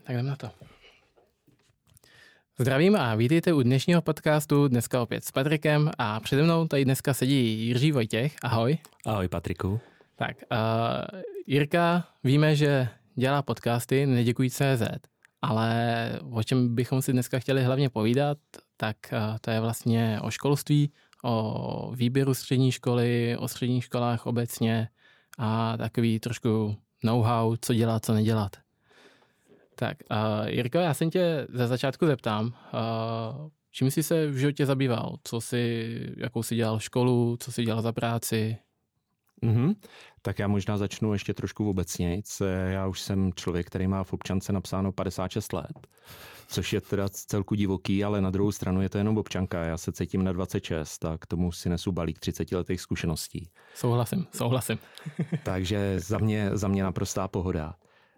Tak jdem na to. Zdravím a vítejte u dnešního podcastu, dneska opět s Patrikem a přede mnou tady dneska sedí Jiří Vojtěch. Ahoj. Ahoj Patriku. Tak, Jirka, víme, že dělá podcasty Neděkuj.cz, ale o čem bychom si dneska chtěli hlavně povídat, tak to je vlastně o školství, o výběru střední školy, o středních školách obecně a takový trošku know-how, co dělat, co nedělat. Tak, Jirko, já se tě ze začátku zeptám, čím jsi se v životě zabýval? Jakou jsi dělal školu, co jsi dělal za práci? Tak já možná začnu ještě trošku obecnějc. Já už jsem člověk, který má v občance napsáno 56 let, což je teda celku divoký, ale na druhou stranu je to jenom občanka. Já se cítím na 26 a k tomu si nesu balík 30 letých zkušeností. Souhlasím. Takže za mě naprostá pohoda.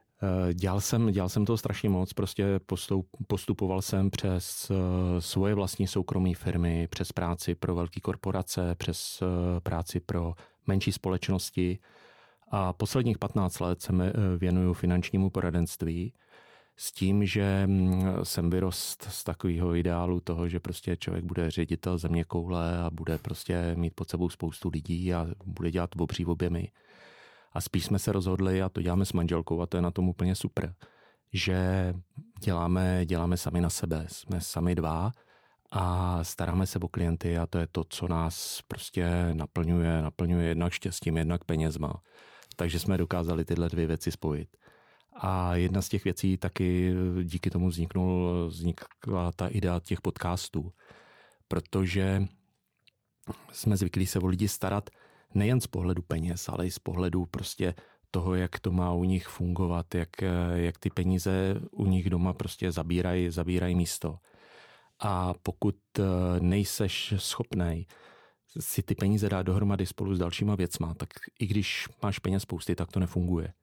Dělal jsem toho strašně moc, prostě postupoval jsem přes svoje vlastní soukromé firmy, přes práci pro velké korporace, přes práci pro menší společnosti a posledních 15 let se věnuju finančnímu poradenství s tím, že jsem vyrost z takového ideálu toho, že prostě člověk bude ředitel zeměkoule a bude prostě mít pod sebou spoustu lidí a bude dělat obří objemy. A spíš jsme se rozhodli, a to děláme s manželkou, a to je na tom úplně super, že děláme sami na sebe. Jsme sami dva a staráme se o klienty a to je to, co nás prostě naplňuje jednak štěstím, jednak penězma. Takže jsme dokázali tyhle dvě věci spojit. A jedna z těch věcí taky díky tomu vznikla ta idea těch podcastů, protože jsme zvyklí se o lidi starat nejen z pohledu peněz, ale i z pohledu prostě toho, jak to má u nich fungovat, jak ty peníze u nich doma prostě zabírají místo. A pokud nejseš schopnej si ty peníze dát dohromady spolu s dalšíma věcma, tak i když máš peněz spousty, tak to nefunguje.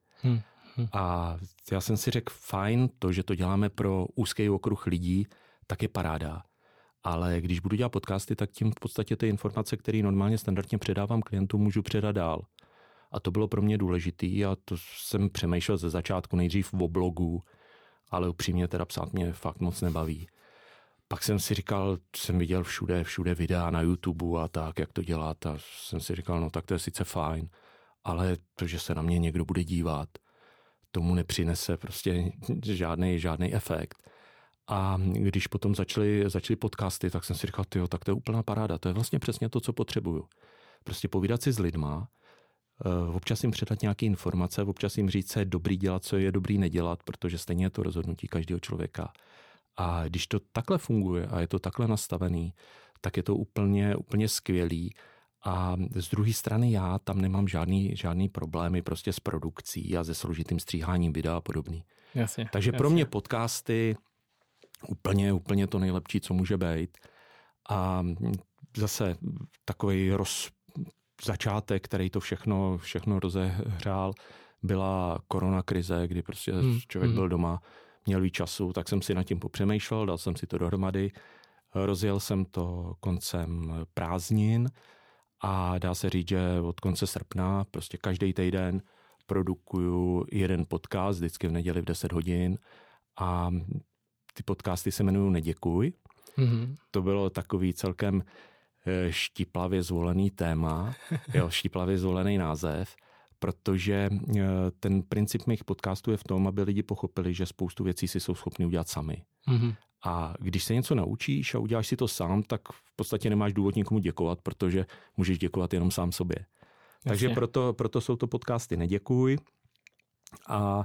A já jsem si řekl, fajn, to, že to děláme pro úzký okruh lidí, tak je paráda. Ale když budu dělat podcasty, tak tím v podstatě ty informace, které normálně standardně předávám klientům, můžu předat dál. A to bylo pro mě důležitý a to jsem přemýšlel ze začátku nejdřív o blogu, ale upřímně teda psát mě fakt moc nebaví. Pak jsem si říkal, jsem viděl všude videa na YouTube a tak, jak to dělat a jsem si říkal, no tak to je sice fajn, ale to, že se na mě někdo bude dívat, tomu nepřinese prostě žádný efekt. A když potom začaly podcasty, tak jsem si říkal, tyjo, tak to je úplná paráda, to je vlastně přesně to, co potřebuju. Prostě povídat si s lidma, občas jim předat nějaké informace, občas jim říct, co je dobrý dělat, co je dobrý nedělat, protože stejně je to rozhodnutí každého člověka. A když to takhle funguje a je to takhle nastavený, tak je to úplně skvělý. A z druhé strany já tam nemám žádný problémy prostě s produkcí a se složitým stříháním videa a podobný. Takže pro mě podcasty úplně to nejlepší, co může být. A zase takový začátek, který to všechno rozehřál, byla koronakrize, kdy prostě člověk byl doma, měl víc času, tak jsem si nad tím popřemýšlel, dal jsem si to dohromady, rozjel jsem to koncem prázdnin a dá se říct, že od konce srpna prostě každý týden produkuju jeden podcast, vždycky v neděli v 10 hodin a ty podcasty se jmenují Neděkuj. To bylo takový celkem štiplavě zvolený téma, štiplavě zvolený název, protože ten princip mých podcastů je v tom, aby lidi pochopili, že spoustu věcí si jsou schopni udělat sami. A když se něco naučíš a uděláš si to sám, tak v podstatě nemáš důvod nikomu děkovat, protože můžeš děkovat jenom sám sobě. Takže proto jsou to podcasty Neděkuj. A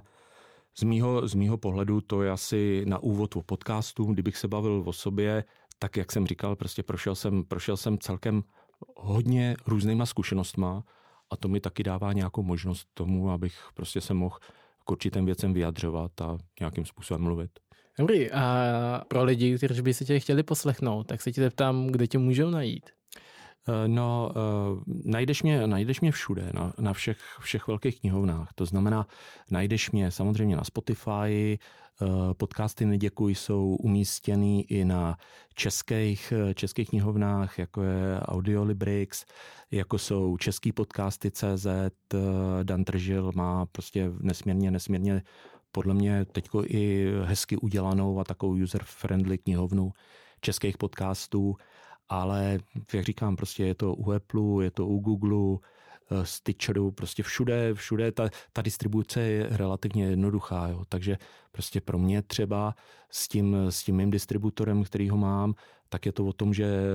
z mýho pohledu to je asi na úvod o podcastu. Kdybych se bavil o sobě, tak jak jsem říkal, prostě prošel jsem celkem hodně různýma zkušenostma a to mi taky dává nějakou možnost tomu, abych prostě se mohl k určitým věcem vyjadřovat a nějakým způsobem mluvit. Dobrý, a pro lidi, kteří by si tě chtěli poslechnout, tak se ti zeptám, kde tě můžou najít? No, najdeš mě všude, na všech velkých knihovnách. To znamená, najdeš mě samozřejmě na Spotify, podcasty Neděkuj jsou umístěný i na českých knihovnách, jako je Audiolibrix, jako jsou český podcasty CZ, Dan Tržil má prostě nesmírně podle mě teďko i hezky udělanou a takovou user-friendly knihovnu českých podcastů, ale jak říkám, prostě je to u Apple, je to u Google, Stitcheru, prostě všude ta distribuce je relativně jednoduchá, jo. Takže prostě pro mě třeba s tím mým distributorem, který ho mám, tak je to o tom, že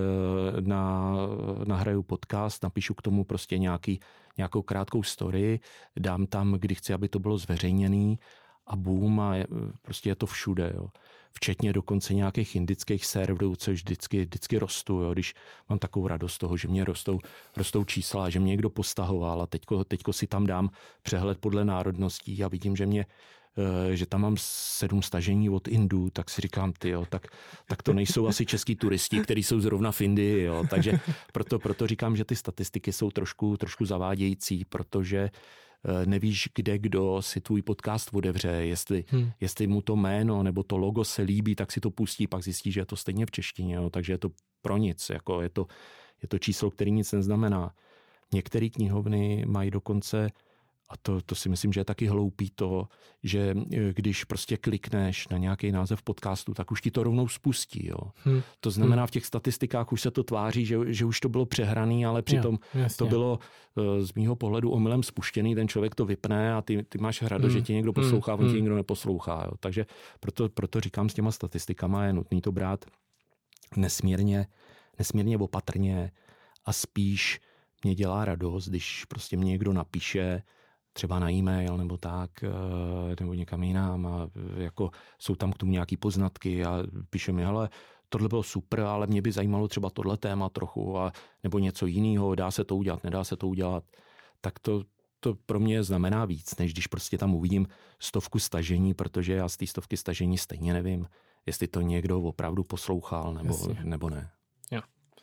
nahraju podcast, napíšu k tomu prostě nějakou krátkou story, dám tam, kdy chci, aby to bylo zveřejněný a boom, a prostě je to všude, jo. Včetně dokonce nějakých indických serverů, což vždycky rostu, jo. Když mám takovou radost z toho, že mě rostou čísla, že mě někdo postahoval a teďko si tam dám přehled podle národností a vidím, že tam mám 7 stažení od Indů, tak si říkám, tak to nejsou asi český turisti, kteří jsou zrovna v Indii, jo. Takže proto říkám, že ty statistiky jsou trošku zavádějící, protože nevíš, kde kdo si tvůj podcast otevře, jestli mu to jméno nebo to logo se líbí, tak si to pustí, pak zjistí, že je to stejně v češtině, jo, takže je to pro nic, jako je to číslo, který nic neznamená. Některé knihovny mají dokonce, a to si myslím, že je taky hloupý to, že když prostě klikneš na nějaký název podcastu, tak už ti to rovnou spustí. Jo. To znamená, v těch statistikách už se to tváří, že už to bylo přehraný, ale přitom to bylo z mýho pohledu omylem spuštěný, ten člověk to vypne a ty máš radost, že tě někdo poslouchá, on tě někdo neposlouchá. Jo. Takže proto říkám, s těma statistikama je nutný to brát nesmírně opatrně a spíš mě dělá radost, když prostě mě někdo napíše třeba na e-mail nebo tak, nebo někam jinam a jako jsou tam k tomu nějaký poznatky a píše mi, hele, tohle bylo super, ale mě by zajímalo třeba tohle téma trochu nebo něco jiného, dá se to udělat, nedá se to udělat, tak to pro mě znamená víc, než když prostě tam uvidím 100 stažení, protože já z té 100 stažení stejně nevím, jestli to někdo opravdu poslouchal nebo ne. Jo.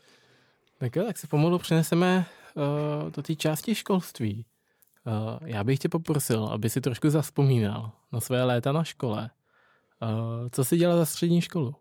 Tak se pomalu přeneseme do té části školství. Já bych tě poprosil, aby si trošku zavzpomínal na své léta na škole. Co jsi dělal za střední školu?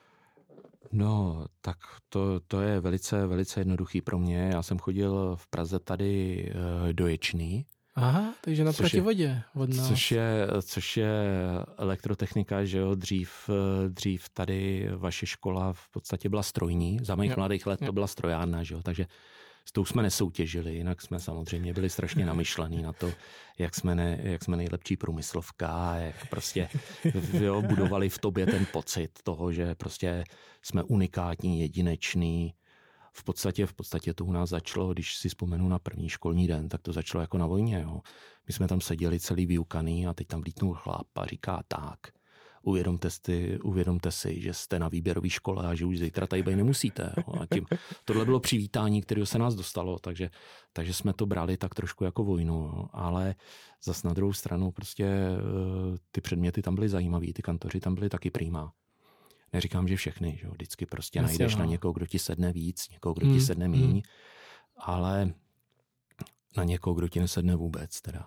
No, tak to je velice, velice jednoduchý pro mě. Já jsem chodil v Praze tady do Ječný. Aha, takže naproti vodě od nás. Což je elektrotechnika, že jo, dřív tady vaše škola v podstatě byla strojní. Za mých mladých let to byla strojárna, že jo, takže s tou jsme nesoutěžili, jinak jsme samozřejmě byli strašně namyšlení na to, jak jsme nejlepší průmyslovka, jak prostě budovali v tobě ten pocit toho, že prostě jsme unikátní, jedinečný. V podstatě to u nás začalo, když si vzpomenu na první školní den, tak to začalo jako na vojně. Jo. My jsme tam seděli celý vyukaný a teď tam vlítnul chlap a říká tak. Uvědomte si, že jste na výběrové škole a že už zítra tady být nemusíte. Jo. A tohle bylo přivítání, kterého se nás dostalo, takže jsme to brali tak trošku jako vojnu. Jo. Ale zas na druhou stranu prostě ty předměty tam byly zajímavý, ty kantoři tam byly taky prima. Neříkám, že všechny, že jo. Vždycky prostě najdeš na někoho, kdo ti sedne víc, někoho, kdo ti sedne míň, ale na někoho, kdo ti nesedne vůbec teda.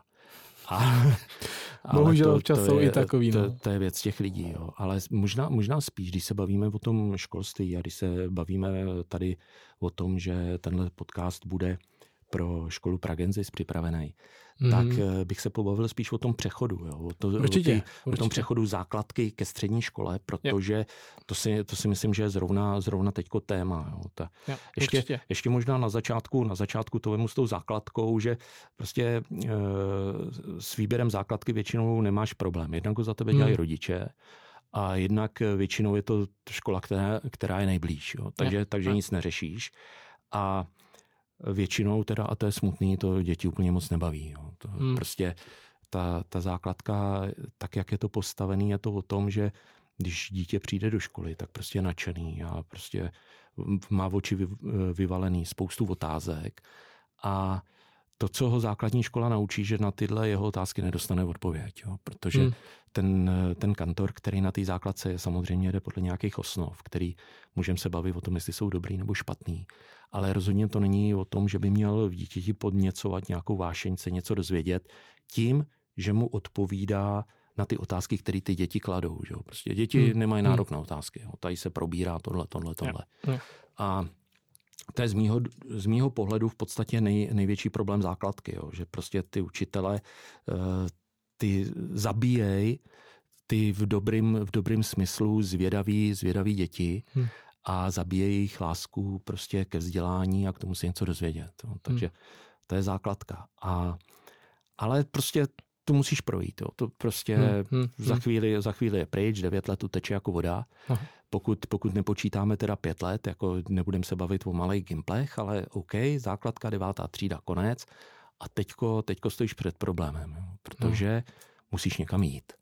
Bohužel občas jsou i takový. To je věc těch lidí, jo. Ale možná spíš, když se bavíme o tom školství a když se bavíme tady o tom, že tenhle podcast bude pro školu Pragenzis připravený, tak bych se pobavil spíš o tom přechodu. Jo? O tom přechodu základky ke střední škole, protože to si myslím, že je zrovna teďko téma. Jo? Ještě možná na začátku to vemu s tou základkou, že prostě s výběrem základky většinou nemáš problém. Jednak ho za tebe dělají rodiče a jednak většinou je to škola, která je nejblíž. Jo? Takže nic neřešíš. A většinou teda, a to je smutný, to děti úplně moc nebaví. Jo. Prostě ta základka, tak jak je to postavený, je to o tom, že když dítě přijde do školy, tak prostě je nadšený a prostě má v oči vyvalený spoustu otázek a to, co ho základní škola naučí, že na tyhle jeho otázky nedostane odpověď. Jo? Protože ten kantor, který na té základce je, samozřejmě jde podle nějakých osnov, který můžeme se bavit o tom, jestli jsou dobrý nebo špatný. Ale rozhodně to není o tom, že by měl v dítěti podněcovat nějakou vášeň, se něco dozvědět tím, že mu odpovídá na ty otázky, které ty děti kladou. Že? Prostě děti nemají nárok na otázky. Jo? Tady se probírá tohle. A to je z mýho pohledu v podstatě největší problém základky, jo? Že prostě ty učitele ty zabíjej ty v dobrým smyslu zvědaví děti a zabíjej jejich lásku prostě ke vzdělání a k tomu si něco dozvědět. No. Takže to je základka. Ale prostě tu musíš projít. Jo. To prostě za chvíli je pryč, 9 let tu teče jako voda. Pokud nepočítáme teda 5 let, jako nebudeme se bavit o malých gimplech, ale OK, základka, 9. třída, konec. A teďko stojíš před problémem, jo, protože musíš někam jít.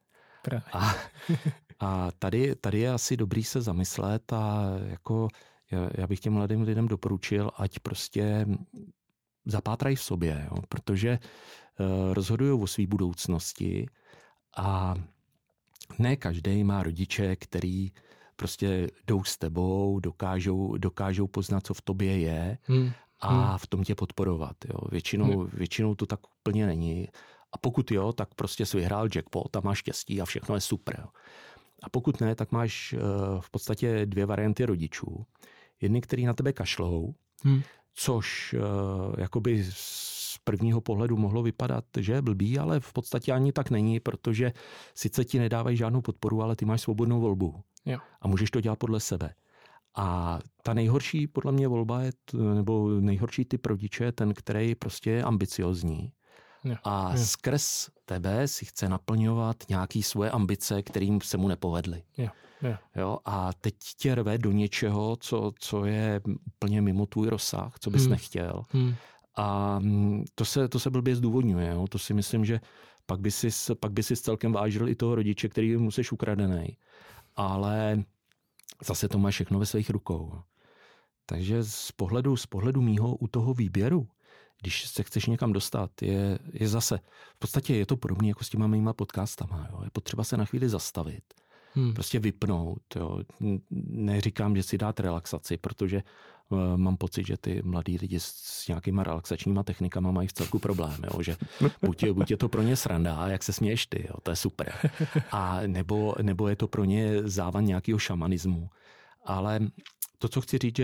A tady je asi dobrý se zamyslet a jako já bych těm mladým lidem doporučil, ať prostě zapátrají v sobě, jo, protože rozhodují o své budoucnosti a ne každý má rodiče, který prostě jdou s tebou, dokážou poznat, co v tobě je a v tom tě podporovat. Jo. Většinou to tak úplně není. A pokud jo, tak prostě jsi vyhrál jackpot a máš štěstí a všechno je super. Jo. A pokud ne, tak máš v podstatě 2 varianty rodičů. Jedny, který na tebe kašlou, což jakoby z prvního pohledu mohlo vypadat, že je blbý, ale v podstatě ani tak není, protože sice ti nedávají žádnou podporu, ale ty máš svobodnou volbu. Jo. A můžeš to dělat podle sebe. A ta nejhorší podle mě volba je, nebo nejhorší typ rodiče je ten, který prostě je ambiciozní. A skrz tebe si chce naplňovat nějaké svoje ambice, kterým se mu nepovedly. Jo, a teď tě rve do něčeho, co je úplně mimo tvůj rozsah, co bys nechtěl. A to se blbě zdůvodňuje. Jo. To si myslím, že pak by si celkem vážil i toho rodiče, který mu seš ukradenej. Ale zase to máš všechno ve svých rukou. Takže z pohledu mýho u toho výběru, když se chceš někam dostat, je zase, v podstatě je to podobné jako s těma mýma podcastama. Jo. Je potřeba se na chvíli zastavit. Prostě vypnout. Jo. Neříkám, že si dát relaxaci, protože mám pocit, že ty mladí lidi s nějakýma relaxačníma technikama mají v celku problém. Jo. Že buď je to pro ně sranda, jak se směješ ty, jo. To je super. A nebo je to pro ně závan nějakého šamanismu. Ale to, co chci říct, je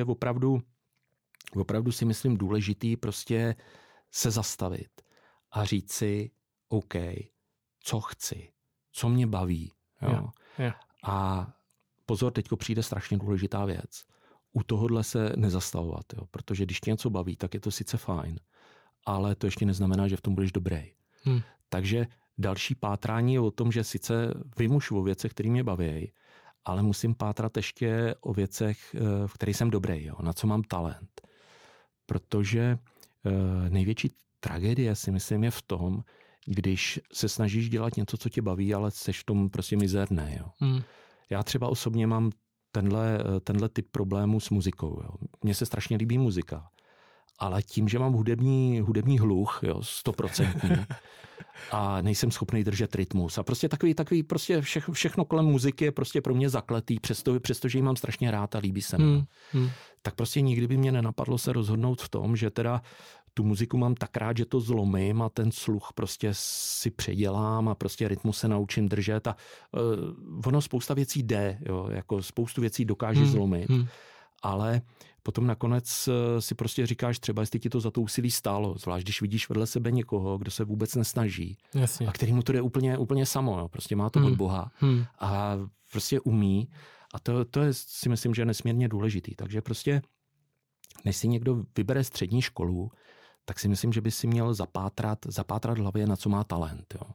opravdu si myslím důležitý prostě se zastavit a říct si, OK, co chci, co mě baví. Jo. A pozor, teďko přijde strašně důležitá věc. U tohohle se nezastavovat, jo, protože když tě něco baví, tak je to sice fajn, ale to ještě neznamená, že v tom budeš dobrý. Takže další pátrání je o tom, že sice vím už o věcech, které mě baví, ale musím pátrat ještě o věcech, v kterých jsem dobrý, jo, na co mám talent. Protože největší tragédie, si myslím, je v tom, když se snažíš dělat něco, co tě baví, ale seš v tom prostě mizerný. Jo. Já třeba osobně mám tenhle typ problémů s muzikou. Jo. Mně se strašně líbí muzika, ale tím, že mám hudební hluch, jo, 100%, a nejsem schopný držet rytmus. A prostě takový prostě všechno kolem muziky je prostě pro mě zakletý, přestože ji mám strašně rád a líbí se mi. Tak prostě nikdy by mě nenapadlo se rozhodnout v tom, že teda tu muziku mám tak rád, že to zlomím a ten sluch prostě si předělám a prostě rytmus se naučím držet a ono spousta věcí jde, jo, jako spoustu věcí dokáže zlomit, ale potom nakonec si prostě říkáš třeba, jestli ti to za to úsilí stálo, zvlášť když vidíš vedle sebe někoho, kdo se vůbec nesnaží. Jasně. A kterýmu to jde úplně samo, jo, prostě má to od Boha a prostě umí a to je, si myslím, že je nesmírně důležitý, takže prostě než si někdo vybere střední školu, tak si myslím, že by si měl zapátrat v hlavě, na co má talent. Jo.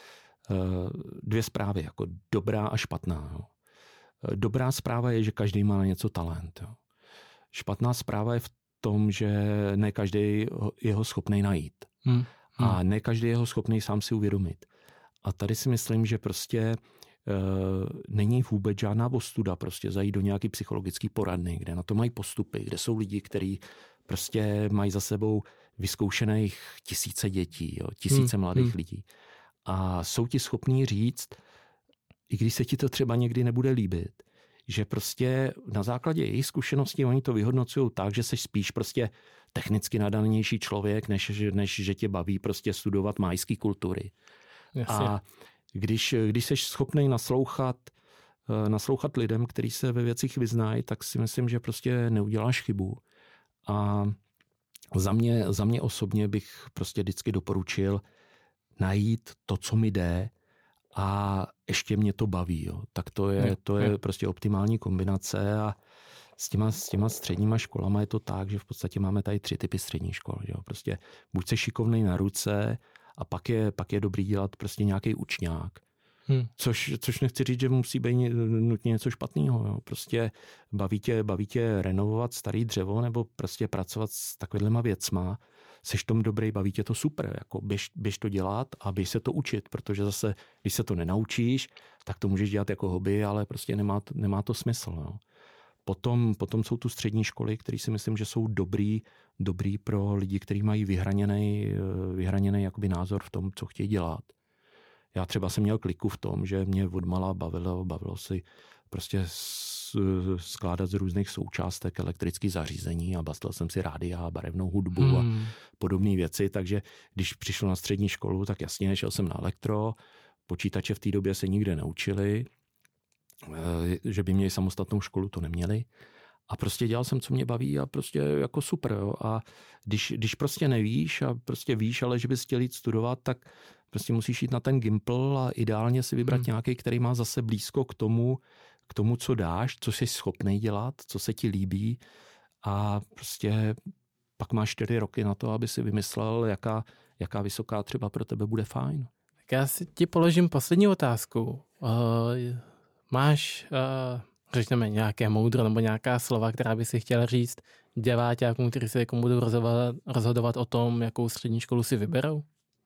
2 zprávy, jako dobrá a špatná. Jo. Dobrá zpráva je, že každý má na něco talent. Jo. Špatná zpráva je v tom, že ne každý je ho schopný najít. A ne každý je ho schopný sám si uvědomit. A tady si myslím, že prostě není vůbec žádná ostuda prostě zajít do nějaký psychologický poradny, kde na to mají postupy, kde jsou lidi, kteří prostě mají za sebou vyzkoušených tisíce dětí, jo, tisíce mladých lidí. A jsou ti schopní říct, i když se ti to třeba někdy nebude líbit, že prostě na základě jejich zkušeností oni to vyhodnocují tak, že jsi spíš prostě technicky nadanější člověk, než že tě baví prostě studovat májské kultury. Jasně. A když jsi schopný naslouchat lidem, kteří se ve věcích vyznají, tak si myslím, že prostě neuděláš chybu. A za mě osobně bych prostě vždycky doporučil najít to, co mi jde a ještě mě to baví. Jo. Tak to je prostě optimální kombinace a s těma středníma školama je to tak, že v podstatě máme tady 3 typy středních škol. Jo. Prostě buď se šikovnej na ruce a pak je dobrý dělat prostě nějaký učňák. Což nechci říct, že musí být nutně něco špatného. Jo. Prostě baví tě renovovat starý dřevo nebo prostě pracovat s takovýhlema věcma. Seš tom dobrý, baví tě to super. Jako běž to dělat a běž se to učit, protože zase, když se to nenaučíš, tak to můžeš dělat jako hobby, ale prostě nemá to smysl. Jo. Potom jsou tu střední školy, které si myslím, že jsou dobrý pro lidi, kteří mají vyhraněný jakoby názor v tom, co chtějí dělat. Já třeba jsem měl kliku v tom, že mě odmala bavilo si prostě skládat z různých součástek elektrických zařízení a bastel jsem si rádia a barevnou hudbu a podobné věci, takže když přišel na střední školu, tak jasně, šel jsem na elektro, počítače v té době se nikde neučili, že by měli samostatnou školu, to neměli. A prostě dělal jsem, co mě baví a prostě jako super. Jo. A když prostě nevíš a prostě víš, ale že bys chtěl jít studovat, tak prostě musíš jít na ten Gimpl a ideálně si vybrat nějaký, který má zase blízko k tomu, co dáš, co jsi schopnej dělat, co se ti líbí a prostě pak máš 4 roky na to, aby si vymyslel, jaká vysoká třeba pro tebe bude fajn. Tak já si ti položím poslední otázku. Máš, řekněme, nějaké moudro nebo nějaká slova, která by si chtěl říct děváťákům, kteří se jako budou rozhodovat o tom, jakou střední školu si vyberou?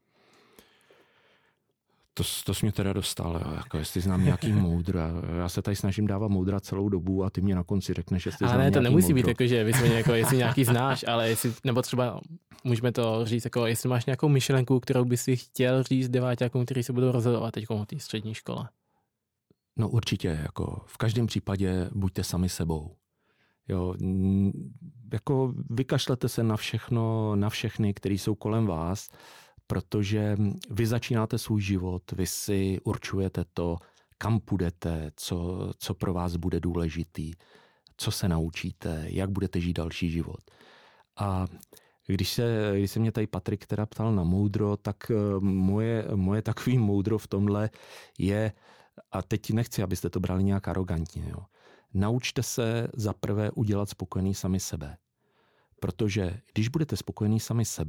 To jsi mě teda dostal, jo. Jako jestli znám nějaký moudro. Já se tady snažím dávat moudra celou dobu a ty mě na konci řekneš, jestli znám nějaký moudro. Ale ne, to nemusí být jako, že vysvětně jako, jestli nějaký znáš, ale jestli, nebo třeba můžeme to říct, jako jestli máš nějakou myšlenku, kterou by si chtěl říct deváťákům, kteří se budou rozhodovat teď o té střední škole. No určitě, jako v každém případě buďte sami sebou. Jo, jako vykašlete se na všechny, kteří jsou kolem vás, protože vy začínáte svůj život, vy si určujete to, kam půjdete, co pro vás bude důležitý, co se naučíte, jak budete žít další život. A když se mě tady Patrik teda ptal na moudro, tak moje takový moudro v tomhle je, a teď nechci, abyste to brali nějak arrogantně, jo. Naučte se zaprvé udělat spokojený sami sebe. Protože když budete spokojení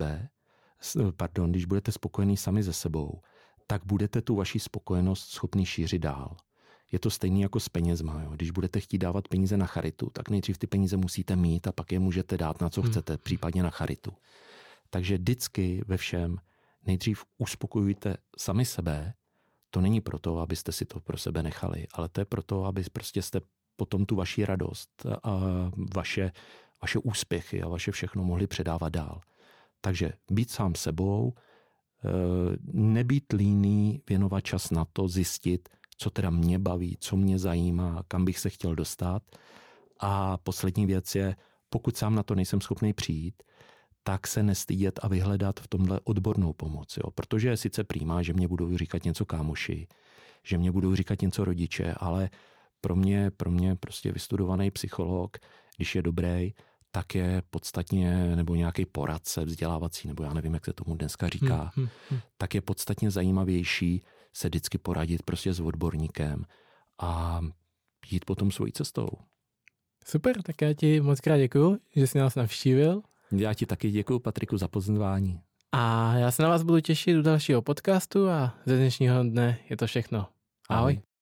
když budete spokojení sami se sebou, tak budete tu vaši spokojenost schopný šířit dál. Je to stejný jako s penězma. Jo. Když budete chtít dávat peníze na charitu, tak nejdřív ty peníze musíte mít a pak je můžete dát na co chcete, případně na charitu. Takže vždycky ve všem nejdřív uspokojujte sami sebe. To není proto, abyste si to pro sebe nechali, ale to je proto, aby prostě jste potom tu vaši radost a vaše úspěchy a vaše všechno mohli předávat dál. Takže být sám sebou, nebýt líný, věnovat čas na to, zjistit, co teda mě baví, co mě zajímá, kam bych se chtěl dostat. A poslední věc je, pokud sám na to nejsem schopný přijít, tak se nestydět a vyhledat v tomhle odbornou pomoc. Jo? Protože je sice prýmá, že mě budou říkat něco kámoši, že mě budou říkat něco rodiče, ale pro mě prostě vystudovaný psycholog, když je dobrý, tak je podstatně, nebo nějaký poradce vzdělávací, nebo já nevím, jak se tomu dneska říká, tak je podstatně zajímavější se vždycky poradit prostě s odborníkem a jít potom svojí cestou. Super, tak já ti moc krát děkuju, že jsi nás navštívil. Já ti taky děkuju, Patriku, za pozvání. A já se na vás budu těšit u dalšího podcastu a ze dnešního dne je to všechno. Ahoj.